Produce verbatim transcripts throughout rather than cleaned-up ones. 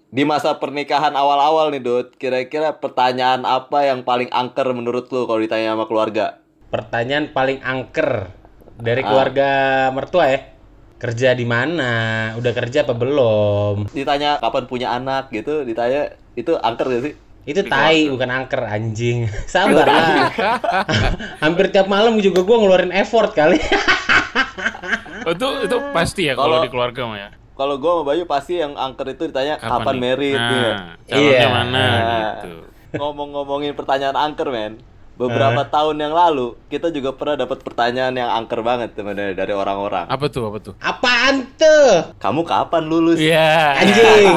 Di masa pernikahan awal-awal nih, Dut, kira-kira pertanyaan apa yang paling angker menurut lu kalau ditanya sama keluarga? Pertanyaan paling angker dari Ah. keluarga mertua ya. Kerja di mana? Udah kerja apa belum? Ditanya kapan punya anak gitu, ditanya itu angker gak sih? Itu tai, bukan angker anjing. Sabar lah. Hampir tiap malam juga gua ngeluarin effort kali. Oh, itu itu pasti ya kalau Kalau- di keluarga mah ya. Kalau gua sama Bayu pasti yang angker itu ditanya kapan, nih? married Nah, ya. calonnya Iya. mana Nah, gitu. ngomong-ngomongin pertanyaan angker, men. Beberapa tahun yang lalu kita juga pernah dapat pertanyaan yang angker banget sebenarnya dari orang-orang. Apa tuh? Apa tuh? Apaan tuh? Kamu kapan lulus? Iya. Anjing.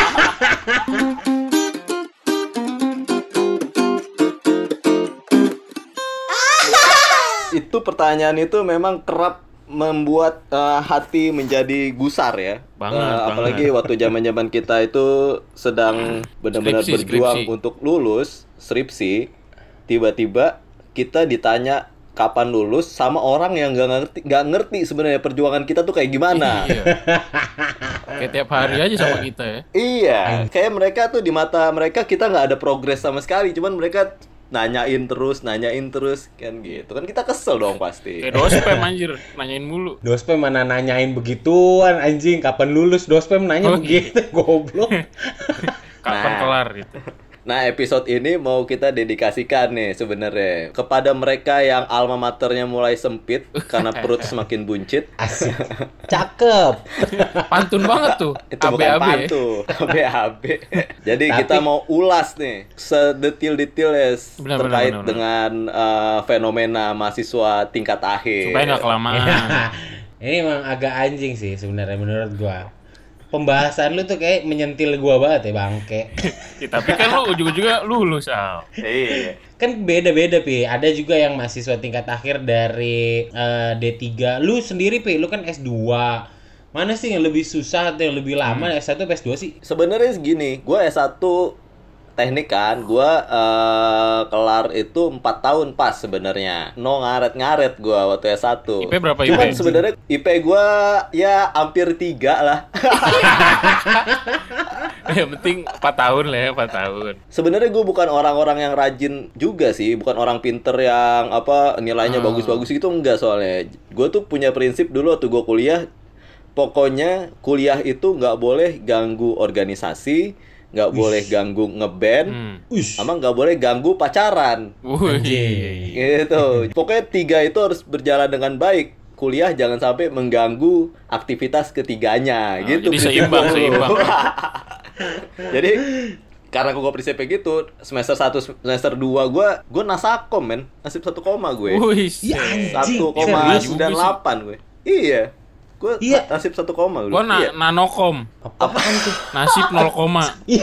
Itu pertanyaan itu memang kerap membuat eh, hati menjadi gusar ya. Banget, Eh, apalagi banget. waktu zaman-zaman kita itu sedang benar-benar Skripsi, berjuang skripsi. untuk lulus skripsi, tiba-tiba kita ditanya kapan lulus sama orang yang nggak ngerti nggak ngerti sebenarnya perjuangan kita tuh kayak gimana. Iya. Kayak tiap hari aja sama kita ya. Iya, kayak mereka tuh di mata mereka kita nggak ada progres sama sekali, cuman mereka nanyain terus, nanyain terus kan gitu. Kan kita kesel dong pasti. Kayak dospem anjir, nanyain mulu. Dospem mana nanyain begituan anjing, kapan lulus? Dospem nanya Oh, begitu, goblok. Kapan Nah. kelar gitu. Nah, episode ini mau kita dedikasikan nih sebenarnya kepada mereka yang alma maternya mulai sempit karena perut semakin buncit. Asik. Cakep. Pantun banget tuh. Itu bukan A B A B. pantu, A B A B. Jadi Tapi- kita mau ulas nih sedetil-detil ya s- Benar, benar, terkait benar, benar. dengan eh, fenomena mahasiswa tingkat akhir. Supaya nggak kelamaan. Ini emang agak anjing sih sebenarnya menurut gua. Pembahasan lu tuh kayak menyentil gua banget ya, bangke. Ya, tapi kan lu ujung-ujungnya lulus, Al. Iya. Kan beda-beda, Pi. Ada juga yang mahasiswa tingkat akhir dari eh, D tiga. Lu sendiri, Pi, lu kan S dua. Mana sih yang lebih susah atau yang lebih lama, S satu atau S dua sih? Sebenarnya segini, gue S satu teknik kan, gue eh, kelar itu empat tahun pas sebenarnya. No ngaret-ngaret gue waktu S satu. I P berapa I P? Cuman sebenarnya I P gue ya hampir tiga lah. Yang penting empat tahun lah ya, empat tahun. Sebenarnya gue bukan orang-orang yang rajin juga sih, bukan orang pinter yang apa nilainya Ah. bagus-bagus gitu, enggak. Soalnya gue tuh punya prinsip dulu waktu gue kuliah, pokoknya kuliah itu nggak boleh ganggu organisasi, nggak boleh ganggu ngeband, Hmm. Ush. sama nggak boleh ganggu pacaran. Wih. Anjing. Gitu. Pokoknya tiga itu harus berjalan dengan baik. Kuliah jangan sampai mengganggu aktivitas ketiganya, Oh, gitu. jadi prinsip seimbang, gua. seimbang. Jadi karena gue prinsipnya gitu, semester satu semester dua gue gue nasakom men, nasib satu koma gue. Wih. Ya, set. anjing. satu koma serius sembilan juga delapan gue. Iya. Gue Iya. nasib satu koma gue. Gua na Iya. nanokom. Apaan tuh? Nasib nol koma. Iya.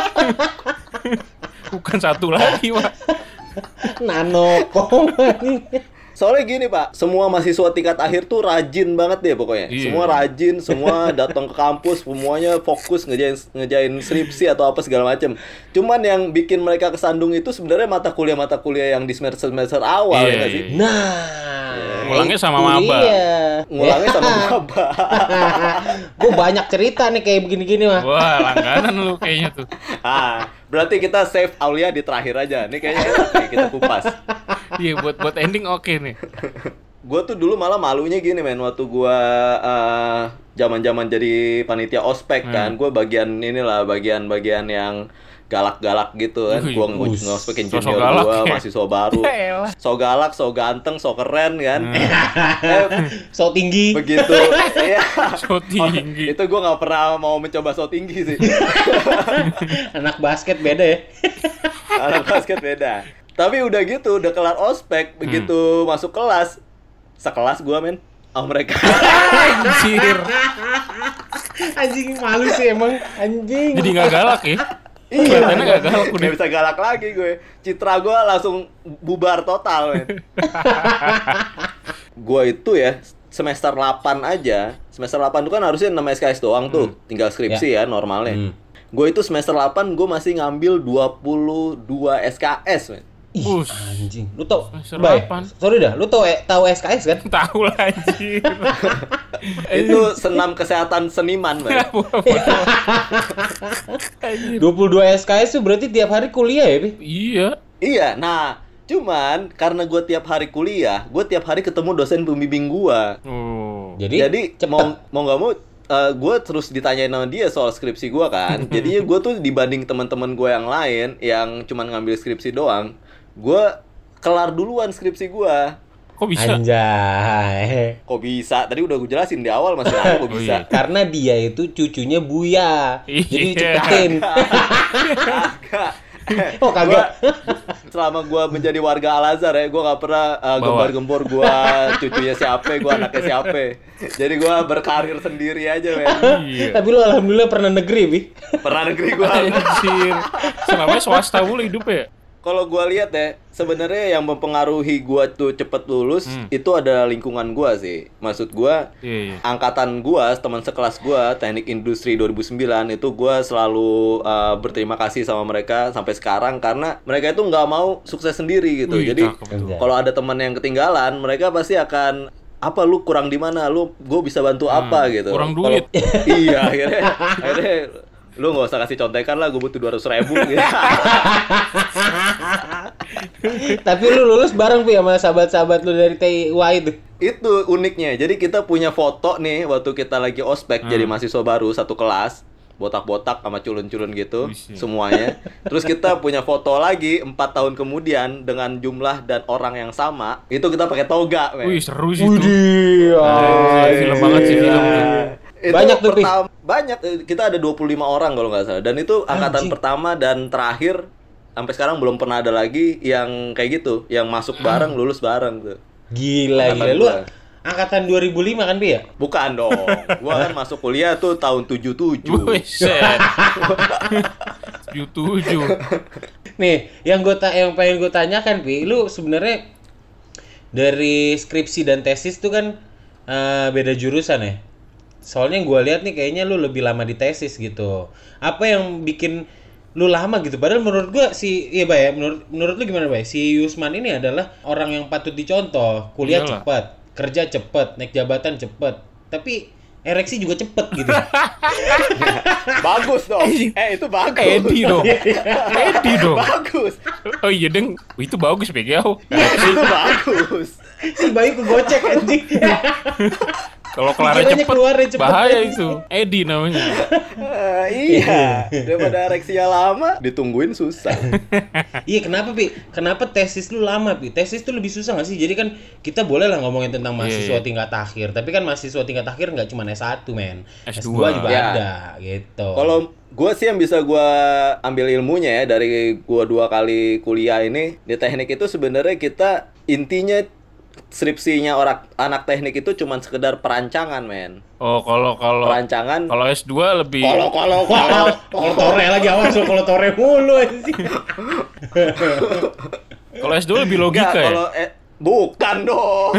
Bukan satu lagi, Pak. Nano kom. Soalnya gini Pak, semua mahasiswa tingkat akhir tuh rajin banget deh pokoknya. Iya. Semua rajin, semua datang ke kampus, semuanya fokus ngejain ngejain skripsi atau apa segala macam. Cuman yang bikin mereka kesandung itu sebenarnya mata kuliah-mata kuliah yang di semester semester awal Iya, ya nggak sih? iya. Nah, Ngulangnya sama itu maba. dia. Ngulangnya sama maba. Gue banyak cerita nih kayak begini-gini mah. Wah, langganan lu kayaknya tuh. Ah, berarti kita save Aulia di terakhir aja. Nih kayaknya enak nih kita kupas. Iya, buat buat ending oke nih. Gue tuh dulu malah malunya gini men, waktu gue uh, zaman-zaman jadi panitia ospek Hmm. kan, gue bagian inilah bagian-bagian yang galak-galak gitu kan. Wih, Gue us, ngospekin sosok junior galak gue, ya. mahasiswa baru. Ya elah. So galak, so ganteng, so keren kan. Hmm. Eh, So tinggi. begitu. Iya. So tinggi. Itu gue nggak pernah mau mencoba so tinggi sih. Anak basket beda ya. Anak basket beda. Tapi udah gitu, udah kelar ospek, begitu masuk kelas, sekelas gua men, oh mereka. Anjir. Anjing malu sih emang anjing. Jadi nggak galak ya? Iya, Kelihatannya nggak galak udah. nggak bisa galak lagi gue. Citra gua langsung bubar total men. Gua itu ya semester delapan aja, semester delapan itu kan harusnya enam S K S doang tuh, tinggal skripsi ya, normalnya. Hmm. Gue itu semester delapan gue masih ngambil dua puluh dua S K S men. Ih, Bus. anjing. Lu tau, Semester Bay, delapan. sorry dah, lu tau eh, tahu S K S kan? Tahu lah anjir. Itu senam kesehatan seniman, Bay. Anjir. dua puluh dua S K S tuh berarti tiap hari kuliah ya, Pi? Iya. Iya, nah cuman karena gue tiap hari kuliah, gue tiap hari ketemu dosen pembimbing gue. Oh. Jadi, Jadi cepet. mau mau nggak mau gue terus ditanyain sama dia soal skripsi gue kan. Jadinya gue tuh dibanding teman-teman gue yang lain yang cuman ngambil skripsi doang, gue kelar duluan skripsi gue. Kok bisa? Anjay. Kok bisa? Tadi udah gue jelasin di awal masih nanya kok Oh, bisa. iya. Karena dia itu cucunya Buya. Jadi Iya. cepetin. Kagak. Oh, kagak. Selama gue menjadi warga Al-Azhar ya, gue nggak pernah uh, Bawa. gembar-gembor gue cucunya siapa, gue anaknya siapa. Jadi gue berkarir sendiri aja, men. Iya. Tapi lu alhamdulillah pernah negeri, Pi. Pernah negeri gue. Anjir. Selama swasta mulu hidupnya. Kalau gue lihat ya, sebenarnya yang mempengaruhi gue tuh cepet lulus Hmm. itu adalah lingkungan gue sih. Maksud gue, Iya, iya. angkatan gue, teman sekelas gue, teknik industri dua ribu sembilan itu gue selalu uh, berterima kasih sama mereka sampai sekarang karena mereka itu nggak mau sukses sendiri gitu. Wih, Jadi cakep tuh. kalau ada teman yang ketinggalan, mereka pasti akan apa lu kurang di mana, lu gue bisa bantu apa gitu. kurang Kalau- duit. iya, akhirnya, akhirnya lu nggak usah kasih contekan lah, gue butuh dua ratus ribu gitu. Tapi lu lulus bareng, Pi, sama sahabat-sahabat lu dari T I W A itu. Itu uniknya. Jadi kita punya foto nih waktu kita lagi ospek Hmm. jadi mahasiswa baru satu kelas, botak-botak sama culun-culun gitu Wih, semuanya. Terus kita punya foto lagi empat tahun kemudian dengan jumlah dan orang yang sama. Itu kita pakai toga, men. Wih, seru sih itu. Widih. Anjir, film banget sih film tuh. Itu Banyak tuh, Pi. pertama, banyak. Kita ada dua puluh lima orang kalau nggak salah. Dan itu angkatan Anjing. pertama dan terakhir sampai sekarang belum pernah ada lagi yang kayak gitu, yang masuk bareng, lulus bareng tuh. Gila, Angkatan gila. Lu gua. angkatan dua ribu lima kan, Pi ya? Bukan dong. Gua kan masuk kuliah tuh tahun tujuh tujuh. Wih, set. tujuh tujuh. Nih, yang gua ta- yang pengen gue tanyakan, Pi, lu sebenarnya dari skripsi dan tesis tuh kan eh, beda jurusan ya? Soalnya gua lihat nih kayaknya lu lebih lama di tesis gitu. Apa yang bikin lu lama gitu? Padahal menurut gua si iya Bay ya, menurut menurut lu gimana, Bay? Si Yusman ini adalah orang yang patut dicontoh. Kuliah Iyalah. cepat, kerja cepat, naik jabatan cepat. Tapi ereksi juga cepet gitu. Bagus dong. Eh itu bagus. Edi dong. Edi dong. Bagus. Oh iya, Deng. Itu bagus, Pegel. Itu bagus. Si Bayu kegocek anjing. Kalau kelarnya Pikirannya cepet, keluarnya cepet. bahaya itu. Edi namanya. Eh, iya. Daripada ereksinya lama, ditungguin susah. Iya, kenapa, Pi? Kenapa tesis lu lama, Pi? Tesis tuh lebih susah nggak sih? Jadi kan kita boleh lah ngomongin tentang mahasiswa Iya, iya. tingkat akhir, tapi kan mahasiswa tingkat akhir nggak cuma S satu, men. S S dua dua. juga Ya. ada, gitu. Kalau gue sih yang bisa gue ambil ilmunya ya dari gue dua kali kuliah ini di teknik itu sebenarnya kita intinya skripsinya orang anak teknik itu cuman sekedar perancangan, men. Oh, kalau kalau Perancangan. kalau S dua lebih Kalau kalau kalau Kalau tore lagi awas lo, kalau tore mulu anjing. kalau S dua lebih logika Enggak, ya. kalau eh, bukan dong.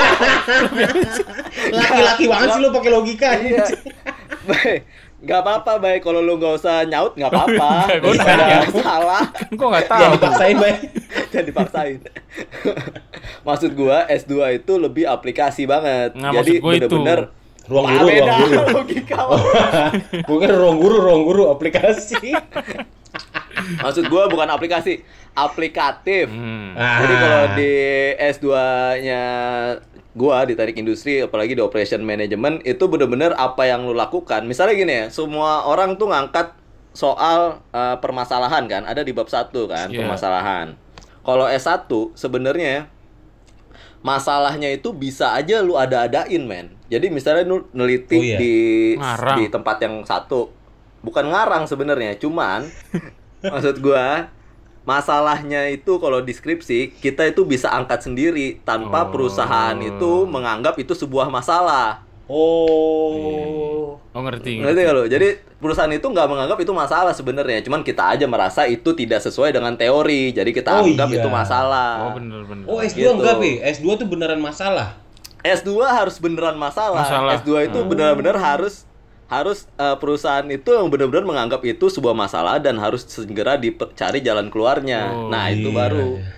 Laki-laki banget sih lu pakai logika Iya. anjing. Baik. Nggak apa-apa, baik. Kalau lu nggak usah nyaut, nggak apa-apa. Nggak, gua Daripada nanya. salah. Kan gua enggak tahu. Jangan dipaksain, Bay. Jangan dipaksain. Maksud gua S dua itu lebih aplikasi banget. Nah, Jadi maksud gua itu. bener-bener Ruang Ah, guru, beda ruang guru. logika. Bukan ruang guru, ruang guru aplikasi. Maksud gua bukan aplikasi, aplikatif. Hmm. Ah. Jadi kalau di S dua-nya gua di teknik industri apalagi di operation management itu bener-bener apa yang lu lakukan. Misalnya gini ya, semua orang tuh ngangkat soal eh, permasalahan kan, ada di bab satu kan, Iya. permasalahan. Kalau S satu sebenarnya masalahnya itu bisa aja lu ada-adain, men. Jadi misalnya lu neliti Oh, iya. di Ngarang. di tempat yang satu. Bukan ngarang sebenarnya, cuman maksud gua masalahnya itu kalau deskripsi kita itu bisa angkat sendiri tanpa Oh. perusahaan itu menganggap itu sebuah masalah. Oh. Oh, ngerti. Ngerti nggak lo? Jadi perusahaan itu nggak menganggap itu masalah sebenarnya, cuman kita aja merasa itu tidak sesuai dengan teori, jadi kita Oh, anggap iya. itu masalah. Oh, bener bener. Oh, S dua Gitu. enggak, Pi? S dua tuh beneran masalah. S dua harus beneran masalah. Masalah. S dua itu benar-benar harus harus eh, perusahaan itu yang benar-benar menganggap itu sebuah masalah dan harus segera dicari jalan keluarnya. Oh, nah, itu iya. baru.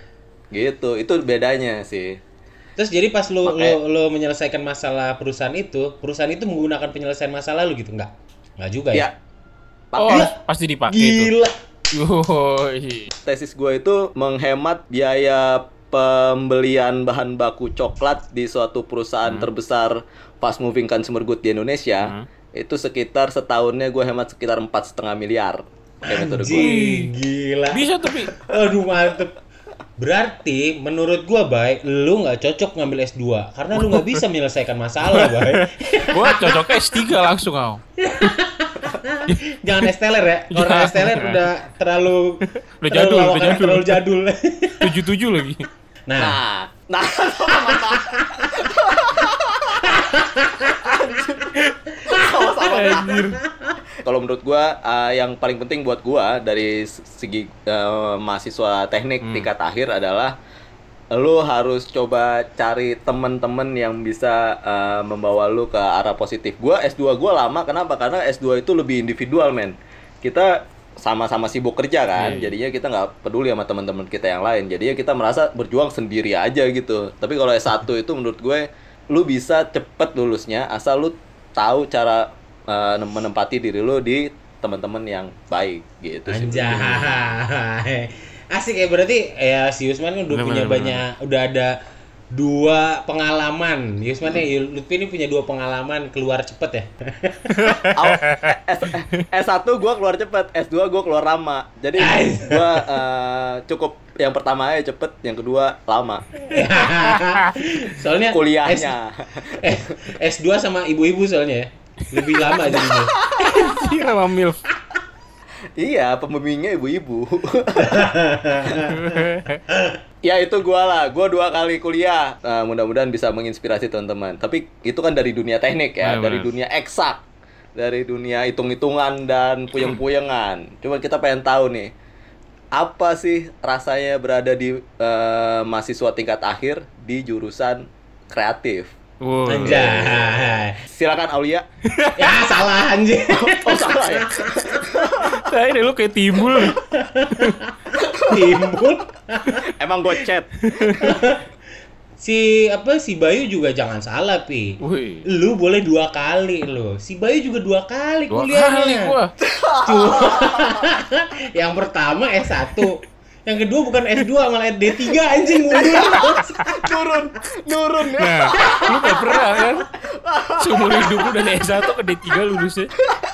Gitu, itu bedanya sih. Terus jadi pas lu, Makanya- lu lu menyelesaikan masalah perusahaan itu, perusahaan itu menggunakan penyelesaian masalah lu gitu enggak? Enggak juga ya? Ya, Oh, pakai pasti dipakai itu. Gila. Yoi. tesis gue itu menghemat biaya pembelian bahan baku coklat di suatu perusahaan terbesar fast moving consumer good di Indonesia. Hmm. Itu sekitar setahunnya gue hemat sekitar empat setengah miliar pakai metode gue. Anjing, gila. Bisa tapi Aduh mantep. Berarti menurut gua Bay, lu nggak cocok ngambil S dua karena lu nggak bisa menyelesaikan masalah, Bay. gua cocoknya S tiga langsung kau. Jangan esteler ya. Kalau Jangan. esteler udah terlalu Udah terlalu jadul, udah lawakan, jadul. terlalu jadul. tujuh tujuh lagi. Nah, Nah, nah, sama-sama. Anjir. Kalau menurut gua uh, yang paling penting buat gua dari segi uh, mahasiswa teknik Hmm. tingkat akhir adalah lu harus coba cari temen-temen yang bisa uh, membawa lu ke arah positif. Gua S dua gua lama, kenapa? Karena S dua itu lebih individual, men. Kita sama-sama sibuk kerja kan, Iya, iya. jadinya kita nggak peduli sama teman-teman kita yang lain. Jadinya kita merasa berjuang sendiri aja gitu. Tapi kalau S satu itu menurut gue, lu bisa cepet lulusnya asal lu tahu cara uh, menempati diri lu di teman-teman yang baik gitu sih. anjay. Asik ya berarti ya si Yusman kan udah Bener, punya bener, banyak, udah ada dua pengalaman. Yusman nih, Lutfi ini punya dua pengalaman keluar cepet ya. Aw, S, S satu gue keluar cepet, S dua gue keluar lama. Jadi Ais. gue uh, cukup yang pertama aja cepet, yang kedua lama. Soalnya Kuliahnya. S, eh, S dua sama ibu-ibu soalnya ya. Lebih lama jadinya. Anjir sama milf. Iya, pembimbingnya ibu-ibu. Ya itu gua lah, gua dua kali kuliah. Nah, mudah-mudahan bisa menginspirasi teman-teman. Tapi itu kan dari dunia teknik ya, Bener, dari bener. dunia eksak, dari dunia hitung-hitungan dan puyeng-puyengan. Cuma kita pengen tahu nih, apa sih rasanya berada di eh, mahasiswa tingkat akhir di jurusan kreatif? Wow. Anjay. Silakan Aulia. Ya salah anjing. Oh salah ya. Saya deh lu kayak timbul. Timbul. Emang gue chat. Si apa si Bayu juga jangan salah pi. Wih. Lu boleh dua kali lo. Si Bayu juga dua kali Dua kuliahnya. kali gua. Cuma yang pertama S satu, yang kedua bukan S dua malah D tiga anjing mundur. Nurun, nurun ya. Nah, lu gak pernah kan? Seumur hidup lu dari S satu ke D tiga lulusnya.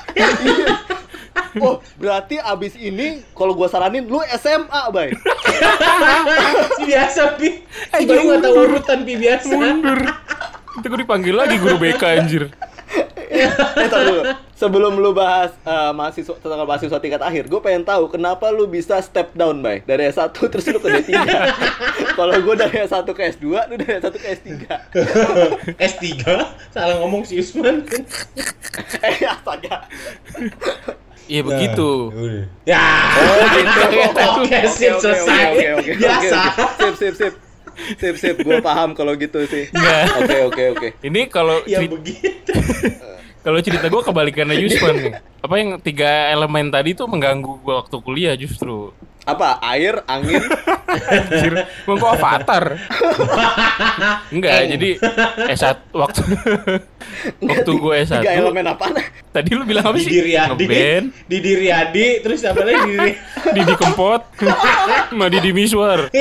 Oh, berarti abis ini kalau gua saranin lu S M A, Bay. Si biasa pi. Si Eh, Bayu enggak tahu mundur. urutan pi biasa. Mundur. Itu gue dipanggil lagi guru B K anjir. Eh, tar dulu. Sebelum lu bahas uh, mahasiswa tentang mahasiswa tingkat akhir, gue pengen tahu kenapa lu bisa step down, Bay. Dari S satu terus lu ke D tiga. Kalau gue dari S satu ke S dua, lu dari S satu ke S tiga. S tiga salah ngomong si Usman. Eh, astaga. Iya begitu. Udah. Ya. Oh, gitu. Oke, sip, selesai. Biasa. Sip, sip, sip. Sip, sip. Gue paham kalau gitu sih. Enggak. Oke, oke, oke. Ini kalau Ya ceri- begitu. kalau cerita gue kebalikannya Yusman nih. Apa yang tiga elemen tadi tuh mengganggu gue waktu kuliah justru. Apa? Air, angin, Anjir, gua kok avatar. Enggak, jadi S satu waktu waktu gue S satu. tiga elemen apa? Tadi lu bilang apa sih? Didi Riyadi. Ngeband, Didi Riyadi, terus apa lagi Didi? Didi Kempot, sama Didi Miswar.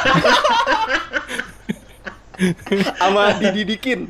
Sama dididikin.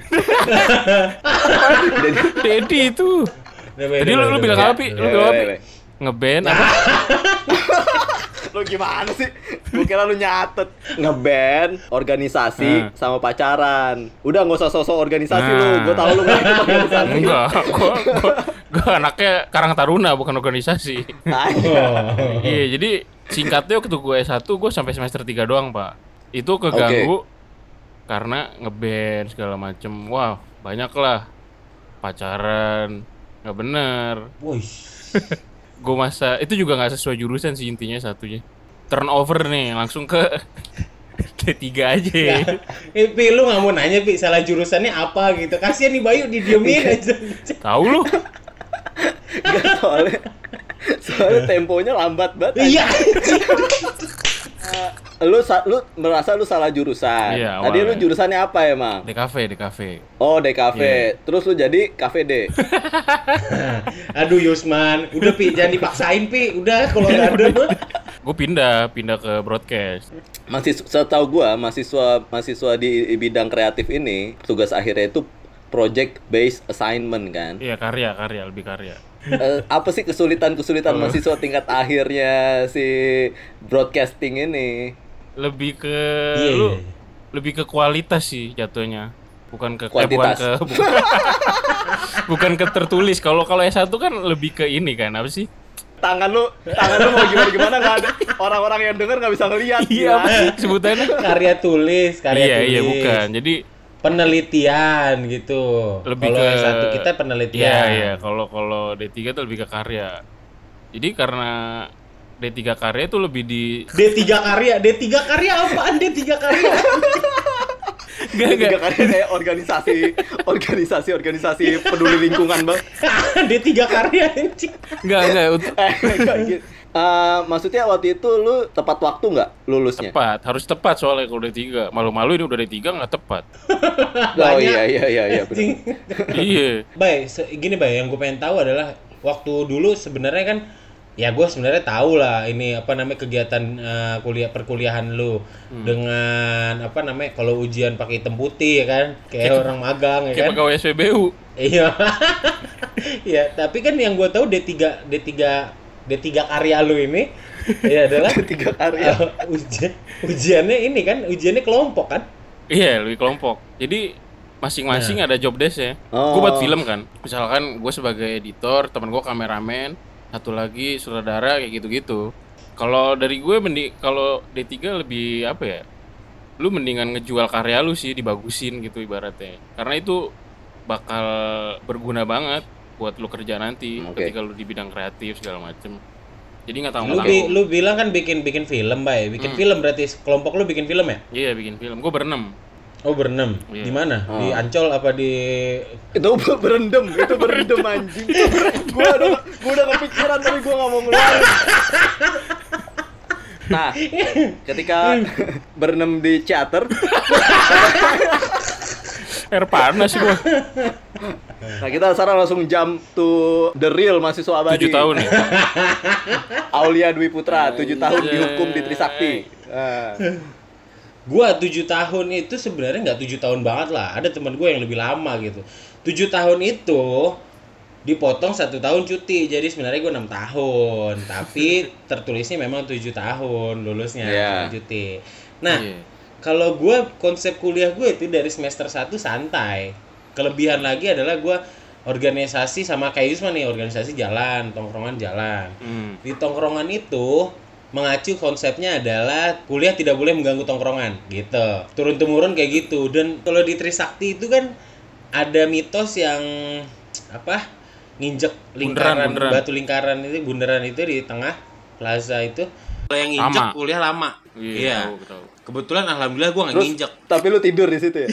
Dedi itu. Tadi lu, lu bilang apa, Pi? Lu bilang apa, Pi? Ngeband apa? Lu gimana sih? Gue kira lu nyatet. Ngeband, organisasi, Hmm. sama pacaran. Udah nggak usah sosok organisasi Nah. lu. Gue tau lu nggak ikut organisasi. Enggak, gua, gua, gua anaknya Karang Taruna bukan organisasi. Aja. Iya, jadi singkatnya waktu gue S satu gue sampai semester tiga doang, Pak. Itu keganggu karena ngeband segala macem. Wah, banyak lah. Pacaran, nggak bener. Wih. Gue masa itu juga nggak sesuai jurusan sih intinya satunya. Turnover nih, langsung ke D tiga aja. Ya. Eh, Pi, lu nggak mau nanya, Pi, salah jurusannya apa gitu. Kasihan nih Bayu didiemin aja. Tahu lu? Gak, soalnya soalnya temponya lambat banget. Iya. Eh, lu sa- lu merasa lu salah jurusan. Iya, Tadi lu awalnya. jurusannya apa emang? Di kafe, di kafe. Oh, D K V. Iya. Terus lu jadi K V D. Aduh Yusman, udah Pi, jangan dipaksain Pi. Udah kalau nggak ada mah. Gue pindah, pindah ke broadcast. Masih setahu gua mahasiswa mahasiswa di bidang kreatif ini tugas akhirnya itu project based assignment kan. Iya, karya, karya, lebih karya. Eh, apa sih kesulitan-kesulitan Oh. mahasiswa tingkat akhirnya si broadcasting ini? Lebih ke Iya, lu iya, iya. lebih ke kualitas sih jatuhnya. Bukan ke eh, Kuantitas. bukan ke bukan, bukan ke tertulis. Kalau kalau S satu kan lebih ke ini kan, apa sih? Tangan lu, tangan lu mau gimana gimana nggak ada orang-orang yang denger nggak bisa ngeliat. Iya, apa gila. sih sebutannya? Karya tulis, karya Iya, tulis. iya bukan. Jadi Penelitian gitu. lebih Kalau ke S satu kita penelitian. Iya, iya. Kalau kalau D tiga tuh lebih ke karya. Jadi karena D tiga karya itu lebih di D tiga karya, D tiga karya apaan D tiga karya? Enggak, enggak. Tiga kali kayak organisasi, organisasi, organisasi peduli lingkungan bang. D tiga karya anjing. Enggak, enggak. Untuk Eh, kayak gitu. Eh, maksudnya waktu itu lu tepat waktu nggak lulusnya? tepat, harus tepat soalnya kalau D tiga. Malu-malu ini udah D tiga nggak tepat. Oh Banyak. iya iya iya iya benar. Anjing. Iya. Bay, se- gini Bay, yang gue pengen tahu adalah waktu dulu sebenarnya kan ya gue sebenarnya tahu lah ini apa namanya kegiatan eh, kuliah perkuliahan lu Hmm. dengan apa namanya kalau ujian pakai hitam putih ya kan kayak orang magang ya Kayak kan. pegawai S P B U. Iya. Iya, tapi kan yang gue tahu D tiga D tiga D tiga karya lu ini ya adalah Tiga karya. eh, ujian ujiannya ini kan ujiannya kelompok kan. Iya, lebih kelompok. Jadi masing-masing ada job desk ya. Oh. Gue buat film kan. Misalkan gue sebagai editor, teman gue kameramen, satu lagi sutradara kayak gitu-gitu. Kalau dari gue mending kalau D tiga lebih apa ya? Lu mendingan ngejual karya lu sih, dibagusin gitu ibaratnya. Karena itu bakal berguna banget buat lu kerja nanti Oke. ketika lu di bidang kreatif segala macem. Jadi nggak tahu Lu, bi- lu bilang kan bikin bikin film, Bay. Bikin film berarti kelompok lu bikin film ya? Iya bikin film. Gue berenam. Oh, berenam. Iya. Di mana? Oh. Di Ancol apa di Itu berendam, itu berendam anjing. Gua udah gua udah kepikiran tapi gua nggak mau ngeluarin. Nah, ketika berenam di charter, Air panas gue. nah kita sekarang langsung jump to the real mahasiswa abadi. tujuh tahun ya. Aulia Dwi Putra, tujuh tahun dihukum di Trisakti. Nah, Gua tujuh tahun itu sebenarnya nggak tujuh tahun banget lah. Ada teman gue yang lebih lama gitu. Tujuh tahun itu dipotong satu tahun cuti. Jadi sebenarnya gue enam tahun. Tapi tertulisnya memang tujuh tahun lulusnya Iya. cuti. Nah, Iya. kalau gue konsep kuliah gue itu dari semester satu santai. Kelebihan lagi adalah gue organisasi sama kayak Yusman nih, organisasi jalan, tongkrongan jalan. Hmm. Di tongkrongan itu mengacu konsepnya adalah kuliah tidak boleh mengganggu tongkrongan gitu. Turun temurun kayak gitu. Dan kalau di Trisakti itu kan ada mitos yang apa? Nginjek lingkaran Bunderan, bunderan. batu lingkaran itu bundaran itu di tengah plaza itu. Kalau yang nginjek Lama. kuliah lama. Iya. Iya. Tahu, tahu. Kebetulan alhamdulillah gua nggak terus nginjek. tapi lu tidur di situ ya?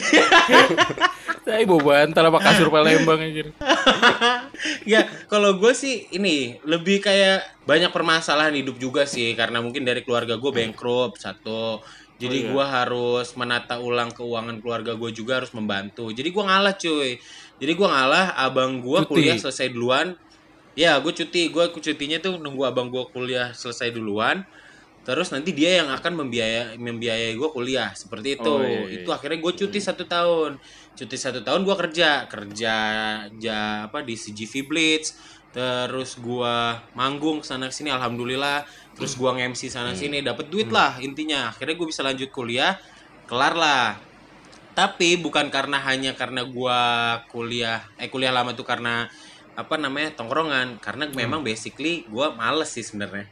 Saya bawa bantal apa kasur Palembang anjir. Ya, kalau gue sih ini lebih kayak banyak permasalahan hidup juga sih karena mungkin dari keluarga gue bankrupt satu. Jadi Oh, iya. gue harus menata ulang keuangan keluarga gue juga harus membantu. Jadi gue ngalah cuy. Jadi gue ngalah, abang gue Cuti. kuliah selesai duluan. Ya, gue cuti. Gue cutinya tuh nunggu abang gue kuliah selesai duluan. Terus nanti dia yang akan membiayai membiayai gue kuliah seperti itu. Oh, iya, iya. Itu akhirnya gue cuti satu tahun. Cuti satu tahun gue kerja kerja ja, apa di C G V Blitz. Terus gue manggung sana sini alhamdulillah. Terus gue nge-M C sana sini dapat duit lah intinya. Akhirnya gue bisa lanjut kuliah, kelar lah. Tapi bukan karena hanya karena gue kuliah eh kuliah lama tuh karena apa namanya tongkrongan. Karena memang basically gue males sih sebenarnya.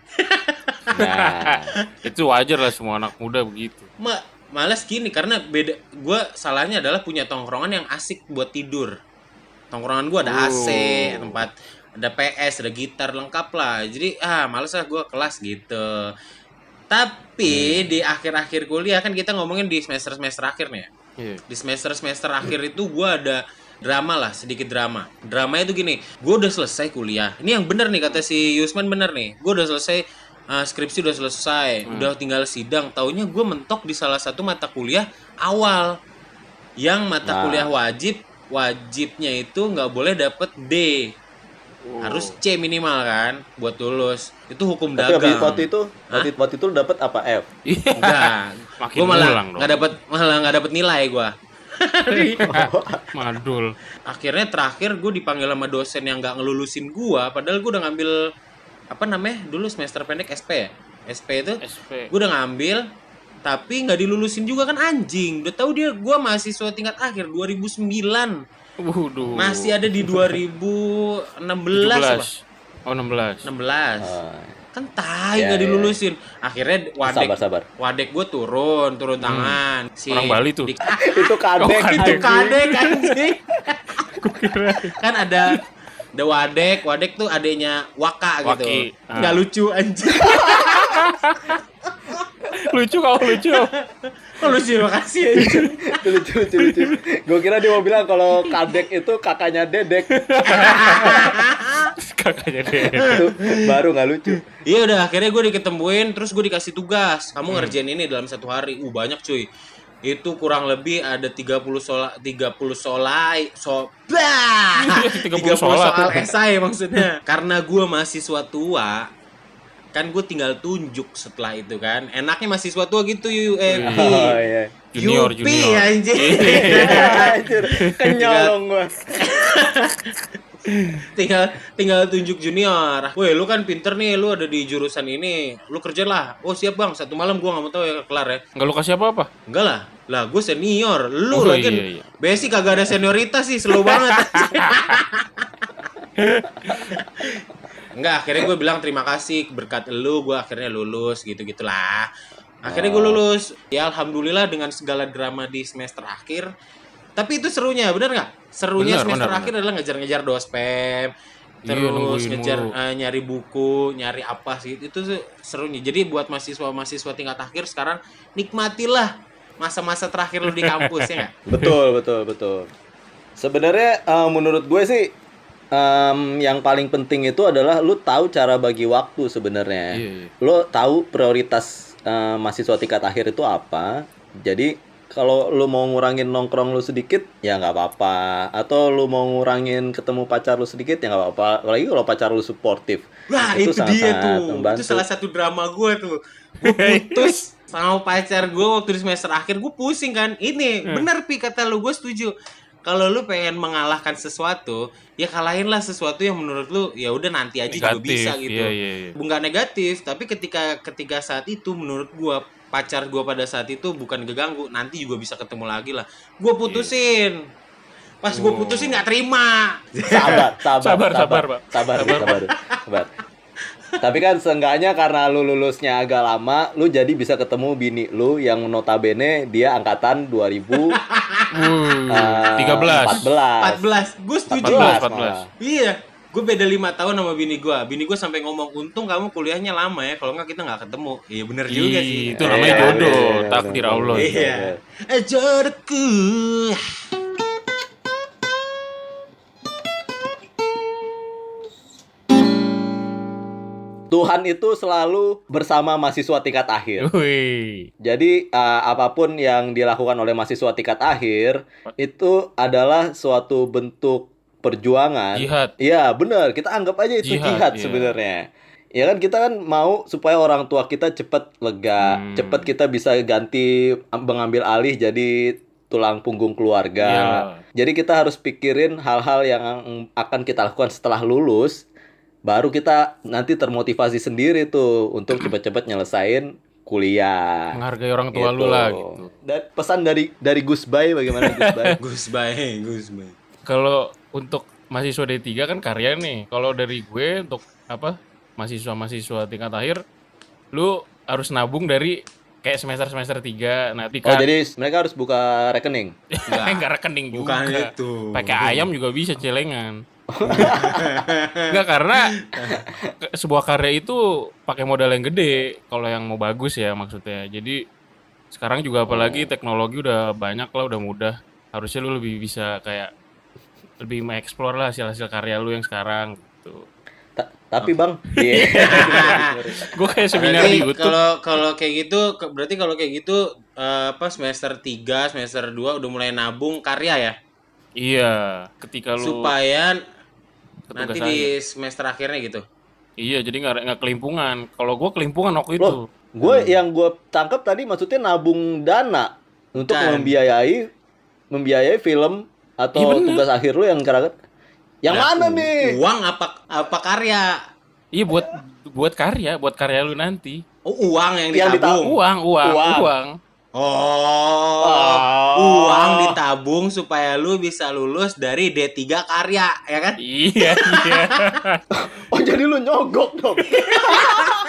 Nah, Itu wajar lah semua anak muda begitu. Ma malas gini karena beda gue salahnya adalah punya tongkrongan yang asik buat tidur. Tongkrongan gue ada A C, Oh. tempat ada P S, ada gitar lengkap lah. Jadi ah males lah gue kelas gitu. Tapi di akhir-akhir kuliah kan kita ngomongin di semester-semester akhir nih ya. Iya. Di semester-semester akhir itu gue ada drama lah, sedikit drama. Dramanya itu gini, gue udah selesai kuliah. Ini yang bener nih kata si Yusman bener nih. Gue udah selesai uh, skripsi udah selesai, hmm. udah tinggal sidang. Taunya gue mentok di salah satu mata kuliah awal, yang mata nah. kuliah wajib, wajibnya itu nggak boleh dapet D, oh. harus C minimal kan, buat lulus. Itu hukum Tapi dagang. Tapi waktu itu, waktu, waktu itu dapet apa F? Enggak, gue malah nggak dapet, malah nggak dapet nilai gue. Madul. Akhirnya terakhir gue dipanggil sama dosen yang nggak ngelulusin gue, padahal gue udah ngambil apa namanya dulu semester pendek S P ya, S P itu S P. Gue udah ngambil, tapi nggak dilulusin juga kan anjing. Udah tahu dia gue mahasiswa tingkat akhir dua ribu sembilan. Waduh. Masih ada di dua ribu enam belas apa? Oh enam belas. enam belas. Uh. Kan tai nggak yeah, dilulusin. Akhirnya wadek sabar, sabar. wadek gue turun turun tangan. Hmm. Si orang Bali tuh. Di, itu kadek, oh, itu kadek anjing. Kan ada ada wadek, wadek tuh adeknya Waka gitu. Waki. Nggak ah. lucu anjing. Lucu kau lucu. Oh, lucu, makasih ya. lucu lucu lucu. Gue kira dia mau bilang kalau kadek itu kakaknya Dedek. Kakaknya Dedek. Baru nggak lucu. Iya udah akhirnya gue diketemuin, terus gue dikasih tugas. Kamu hmm. ngerjain ini dalam satu hari. Uh banyak cuy. Itu kurang lebih ada tiga puluh soal tiga puluh solai so bah tiga puluh soal esai maksudnya. Karena gue mahasiswa tua, kan gue tinggal tunjuk setelah itu kan. Enaknya mahasiswa tua gitu yu eh oh, iya. Junior Yupi, junior anjir. Anjir, kenyalong gue. tinggal tinggal tunjuk junior. Woi, lu kan pinter nih, lu ada di jurusan ini, lu kerja lah. Oh siap bang, satu malam gua nggak mau tahu ya kelar ya. Nggak lu kasih apa-apa? Enggak lah, lah gue senior. Lu oh, lagi iya, iya. basic kagak ada senioritas sih, slow banget. Enggak, akhirnya gue bilang terima kasih berkat lu, gue akhirnya lulus gitu-gitulah. Akhirnya gue lulus. Ya alhamdulillah dengan segala drama di semester akhir. Tapi itu serunya, bener nggak? Serunya bener, semester bener, akhir bener. adalah ngejar-ngejar dospem, terus iya, ngejar uh, nyari buku, nyari apa sih? Itu serunya. Jadi buat mahasiswa-mahasiswa tingkat akhir sekarang nikmatilah masa-masa terakhir lu di kampus ya nggak? Betul, betul, betul. Sebenarnya uh, menurut gue sih um, yang paling penting itu adalah lu tahu cara bagi waktu sebenarnya. Iya, iya. Lu tahu prioritas uh, mahasiswa tingkat akhir itu apa. Jadi kalau lu mau ngurangin nongkrong lu sedikit ya nggak apa-apa, atau lu mau ngurangin ketemu pacar lu sedikit ya nggak apa-apa, apalagi kalau pacar lu suportif. Wah itu, itu dia tuh membantu. Itu salah satu drama gue tuh, gue putus sama pacar gue waktu di semester akhir. Gue pusing kan, ini hmm. bener Pi kata lu, gue setuju. Kalau lu pengen mengalahkan sesuatu, ya kalahinlah sesuatu yang menurut lu ya udah nanti aja negatif, juga bisa gitu. Iya, iya, iya. Bukan negatif, tapi ketika ketika saat itu menurut gua pacar gua pada saat itu bukan keganggu, nanti juga bisa ketemu lagi lah. Gua putusin. Iya. Pas gua putusin nggak terima. Sabar, sabar, sabar, sabar, sabar, Pak. Sabar, sabar, sabar. sabar. Tapi kan seenggaknya karena lu lulusnya agak lama, lu jadi bisa ketemu bini lu yang notabene dia angkatan dua ribu tiga belas. empat belas. empat belas. Gue setuju. empat belas. Iya. Gue beda lima tahun sama bini gue. Bini gue sampai ngomong, untung kamu kuliahnya lama ya, kalau nggak kita nggak ketemu. Iya bener juga sih. Itu namanya eh, jodoh, iya, takdir Allah. Iya. Eh jodohku. Tuhan itu selalu bersama mahasiswa tingkat akhir. Wih. Jadi uh, apapun yang dilakukan oleh mahasiswa tingkat akhir itu adalah suatu bentuk perjuangan. Jihad. Iya, benar. Kita anggap aja itu jihad, jihad iya. sebenarnya. Ya kan kita kan mau supaya orang tua kita cepat lega, hmm. cepat kita bisa ganti mengambil alih jadi tulang punggung keluarga. Yeah. Jadi kita harus pikirin hal-hal yang akan kita lakukan setelah lulus. Baru kita nanti termotivasi sendiri tuh untuk cepat-cepat nyelesain kuliah. Menghargai orang tua gitu. Lu lah gitu. Dan pesan dari dari Gus Bay bagaimana Gus Bay? Gus Bay, Gus Bay. Kalau untuk mahasiswa D tiga kan karya nih. Kalau dari gue untuk apa? Mahasiswa-mahasiswa tingkat akhir, lu harus nabung dari kayak semester-semester tiga. Nah, oh, jadi mereka harus buka rekening. Enggak, enggak rekening juga. Bukan itu. Pakai ayam juga bisa celengan. Enggak, karena sebuah karya itu pakai modal yang gede kalau yang mau bagus ya maksudnya. Jadi sekarang juga apalagi teknologi udah banyak lah, udah mudah. Harusnya lu lebih bisa kayak lebih mengeksplor lah hasil-hasil karya lu yang sekarang gitu. Tapi Bang, iya. Gue kayak seminar Berarti di YouTube. kalau kalau kayak gitu ke- berarti kalau kayak gitu eh, apa semester tiga, semester dua udah mulai nabung karya ya? Iya, ketika lu Supaya ketugas nanti akhir. di semester akhirnya gitu. Iya, jadi nggak nggak kelimpungan. Kalau gue kelimpungan waktu itu. Loh, gue yang gue tangkap tadi maksudnya nabung dana untuk Bukan. membiayai membiayai film atau Iya, bener. tugas akhir lu yang kira yang Nah, mana u- nih? Uang apa apa karya? Iya buat buat karya, buat karya lu nanti. Oh, uang yang Yang ditabung. Uang, uang, Uang. uang. Oh, Oh. uang ditabung supaya lu bisa lulus dari D tiga karya, ya kan? Iya, iya. Oh jadi lu nyogok dong?